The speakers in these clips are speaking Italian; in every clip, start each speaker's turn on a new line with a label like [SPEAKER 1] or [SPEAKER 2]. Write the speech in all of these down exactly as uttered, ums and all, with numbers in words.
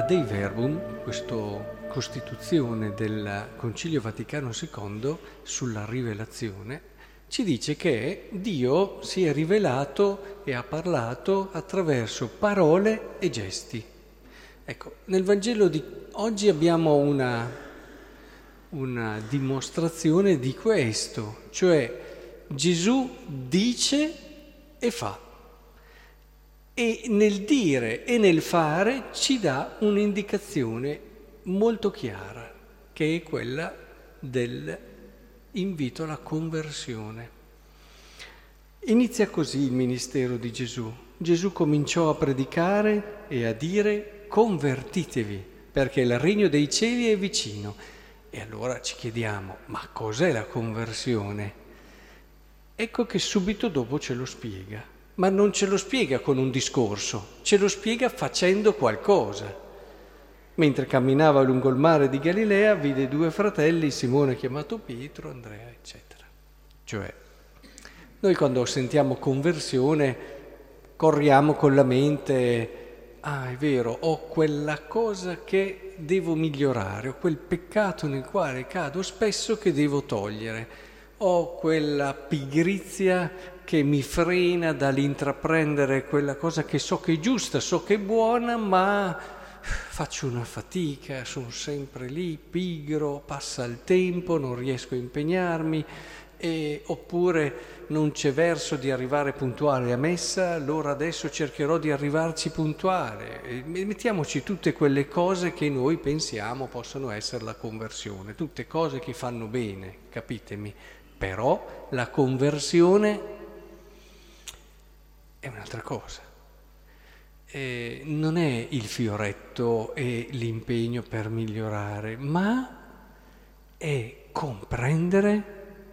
[SPEAKER 1] Dei Verbum, questa costituzione del Concilio Vaticano secondo sulla rivelazione, ci dice che Dio si è rivelato e ha parlato attraverso parole e gesti. Ecco, nel Vangelo di oggi abbiamo una, una dimostrazione di questo, cioè Gesù dice e fa. E nel dire e nel fare ci dà un'indicazione molto chiara, che è quella dell'invito alla conversione. Inizia così il ministero di Gesù. Gesù cominciò a predicare e a dire: convertitevi, perché il regno dei cieli è vicino. E allora ci chiediamo: ma cos'è la conversione? Ecco che subito dopo ce lo spiega. Ma non ce lo spiega con un discorso, ce lo spiega facendo qualcosa. Mentre camminava lungo il mare di Galilea, vide due fratelli, Simone chiamato Pietro, Andrea, eccetera. Cioè, noi quando sentiamo conversione corriamo con la mente: ah, è vero, ho quella cosa che devo migliorare, ho quel peccato nel quale cado spesso che devo togliere. Ho quella pigrizia che mi frena dall'intraprendere quella cosa che so che è giusta, so che è buona, ma faccio una fatica, sono sempre lì, pigro, passa il tempo, non riesco a impegnarmi, e, oppure non c'è verso di arrivare puntuale a messa, allora adesso cercherò di arrivarci puntuale. E mettiamoci tutte quelle cose che noi pensiamo possano essere la conversione, tutte cose che fanno bene, capitemi. Però la conversione è un'altra cosa. Eh, non è il fioretto e l'impegno per migliorare, ma è comprendere,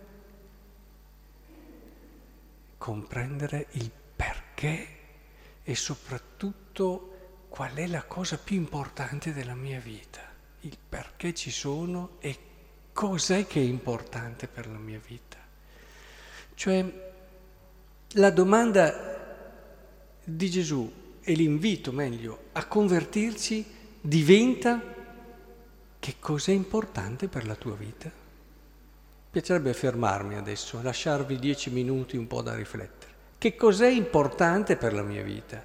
[SPEAKER 1] comprendere il perché e soprattutto qual è la cosa più importante della mia vita, il perché ci sono e cos'è che è importante per la mia vita? Cioè, la domanda di Gesù e l'invito, meglio, a convertirci diventa: che cos'è importante per la tua vita? Mi piacerebbe fermarmi adesso, lasciarvi dieci minuti un po' da riflettere. Che cos'è importante per la mia vita?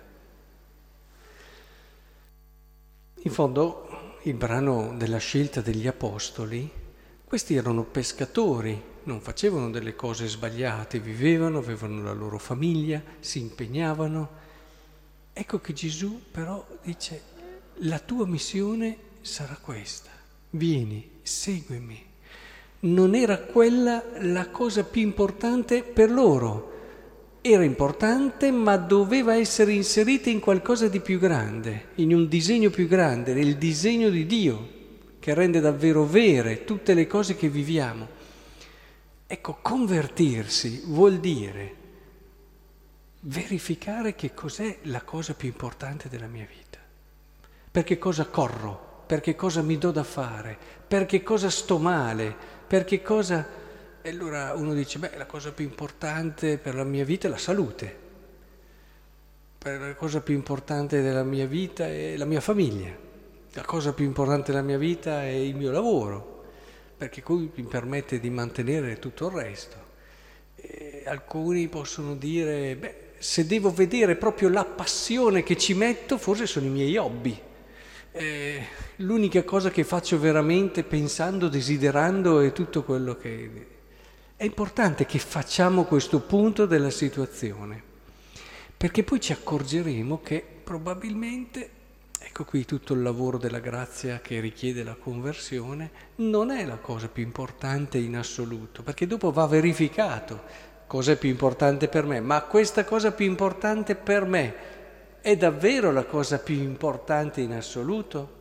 [SPEAKER 1] In fondo, il brano della scelta degli apostoli, questi erano pescatori, non facevano delle cose sbagliate, vivevano, avevano la loro famiglia, si impegnavano. Ecco che Gesù però dice: la tua missione sarà questa, vieni, seguimi. Non era quella la cosa più importante per loro, era importante ma doveva essere inserita in qualcosa di più grande, in un disegno più grande, nel disegno di Dio, che rende davvero vere tutte le cose che viviamo. Ecco, convertirsi vuol dire verificare che cos'è la cosa più importante della mia vita. Per che cosa corro? Per che cosa mi do da fare? Per che cosa sto male? Per che cosa... E allora uno dice: beh, la cosa più importante per la mia vita è la salute. Per la cosa più importante della mia vita è la mia famiglia. La cosa più importante della mia vita è il mio lavoro, perché qui mi permette di mantenere tutto il resto. E alcuni possono dire: beh, se devo vedere proprio la passione che ci metto, forse sono i miei hobby. Eh, l'unica cosa che faccio veramente pensando, desiderando è tutto quello che... È importante che facciamo questo punto della situazione, perché poi ci accorgeremo che probabilmente, ecco qui tutto il lavoro della grazia che richiede la conversione, non è la cosa più importante in assoluto, perché dopo va verificato cos'è più importante per me, ma questa cosa più importante per me è davvero la cosa più importante in assoluto?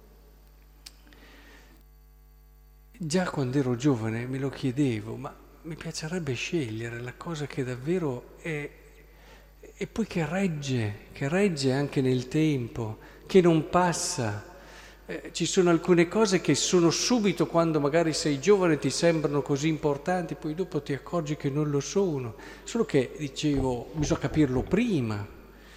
[SPEAKER 1] Già quando ero giovane me lo chiedevo, ma mi piacerebbe scegliere la cosa che davvero è, e poi che regge, che regge anche nel tempo, che non passa. Eh, ci sono alcune cose che sono subito, quando magari sei giovane, ti sembrano così importanti, poi dopo ti accorgi che non lo sono. Solo che, dicevo, bisogna capirlo prima,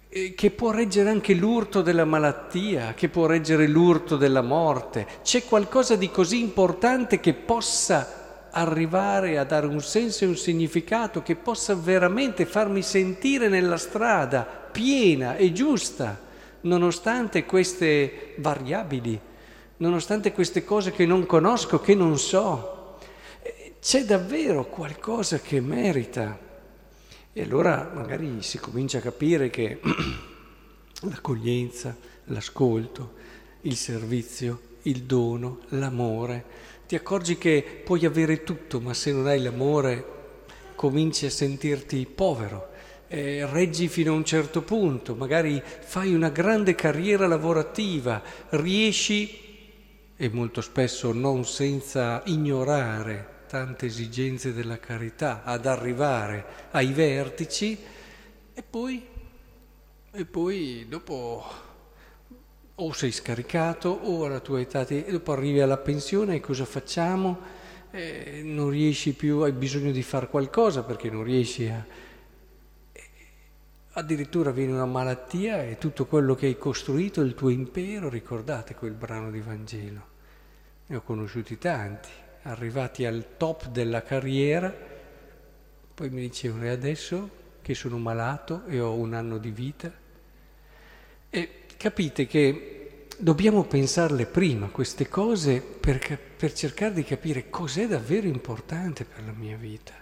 [SPEAKER 1] eh, che può reggere anche l'urto della malattia, che può reggere l'urto della morte. C'è qualcosa di così importante che possa arrivare a dare un senso e un significato, che possa veramente farmi sentire nella strada piena e giusta, nonostante queste variabili, nonostante queste cose che non conosco, che non so. C'è davvero qualcosa che merita. E allora magari si comincia a capire che l'accoglienza, l'ascolto, il servizio, il dono, l'amore, ti accorgi che puoi avere tutto, ma se non hai l'amore cominci a sentirti povero. Eh, reggi fino a un certo punto, magari fai una grande carriera lavorativa, riesci, e molto spesso non senza ignorare tante esigenze della carità, ad arrivare ai vertici, e poi, e poi dopo o sei scaricato o alla tua età, e dopo arrivi alla pensione e cosa facciamo? Eh, non riesci più, hai bisogno di fare qualcosa perché non riesci a... Addirittura viene una malattia e tutto quello che hai costruito, il tuo impero, ricordate quel brano di Vangelo? Ne ho conosciuti tanti, arrivati al top della carriera, poi mi dicevano: e adesso che sono malato e ho un anno di vita? E capite che dobbiamo pensarle prima queste cose per, per cercare di capire cos'è davvero importante per la mia vita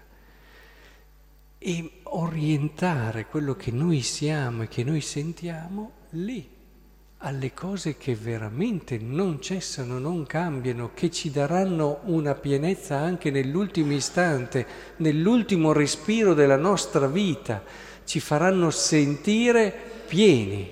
[SPEAKER 1] e orientare quello che noi siamo e che noi sentiamo lì, alle cose che veramente non cessano, non cambiano, che ci daranno una pienezza anche nell'ultimo istante, nell'ultimo respiro della nostra vita, ci faranno sentire pieni.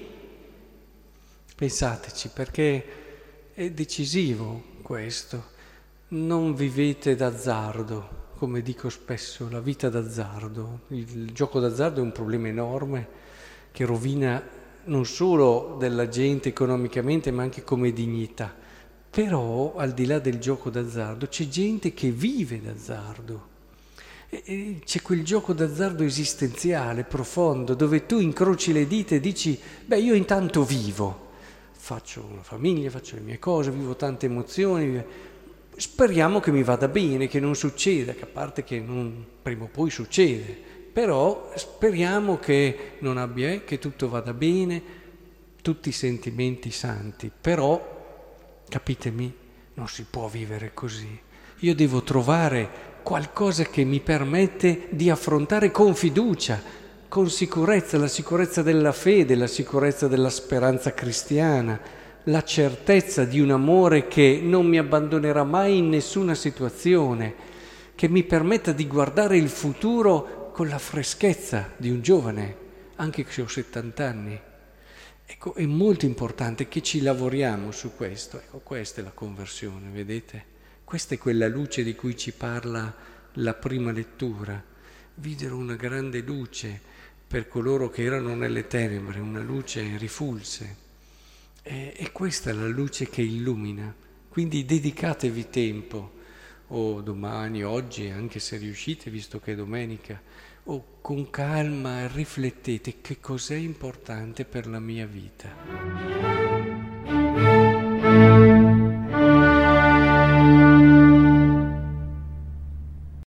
[SPEAKER 1] Pensateci, perché è decisivo questo. Non vivete d'azzardo, come dico spesso, la vita d'azzardo. Il gioco d'azzardo è un problema enorme che rovina non solo della gente economicamente, ma anche come dignità. Però, al di là del gioco d'azzardo, c'è gente che vive d'azzardo. E, e c'è quel gioco d'azzardo esistenziale, profondo, dove tu incroci le dita e dici: beh, io intanto vivo, faccio una famiglia, faccio le mie cose, vivo tante emozioni, speriamo che mi vada bene, che non succeda, che a parte che non, prima o poi succede, però speriamo che non abbia, che tutto vada bene, tutti i sentimenti santi. Però, capitemi, non si può vivere così. Io devo trovare qualcosa che mi permette di affrontare con fiducia, con sicurezza, la sicurezza della fede, la sicurezza della speranza cristiana, la certezza di un amore che non mi abbandonerà mai in nessuna situazione, che mi permetta di guardare il futuro con la freschezza di un giovane, anche se ho settanta anni. Ecco, è molto importante che ci lavoriamo su questo. Ecco, questa è la conversione, vedete? Questa è quella luce di cui ci parla la prima lettura. Videro una grande luce per coloro che erano nelle tenebre, una luce rifulse. E, e questa è la luce che illumina. Quindi dedicatevi tempo, o domani, oggi, anche se riuscite, visto che è domenica, o con calma riflettete che cos'è importante per la mia vita.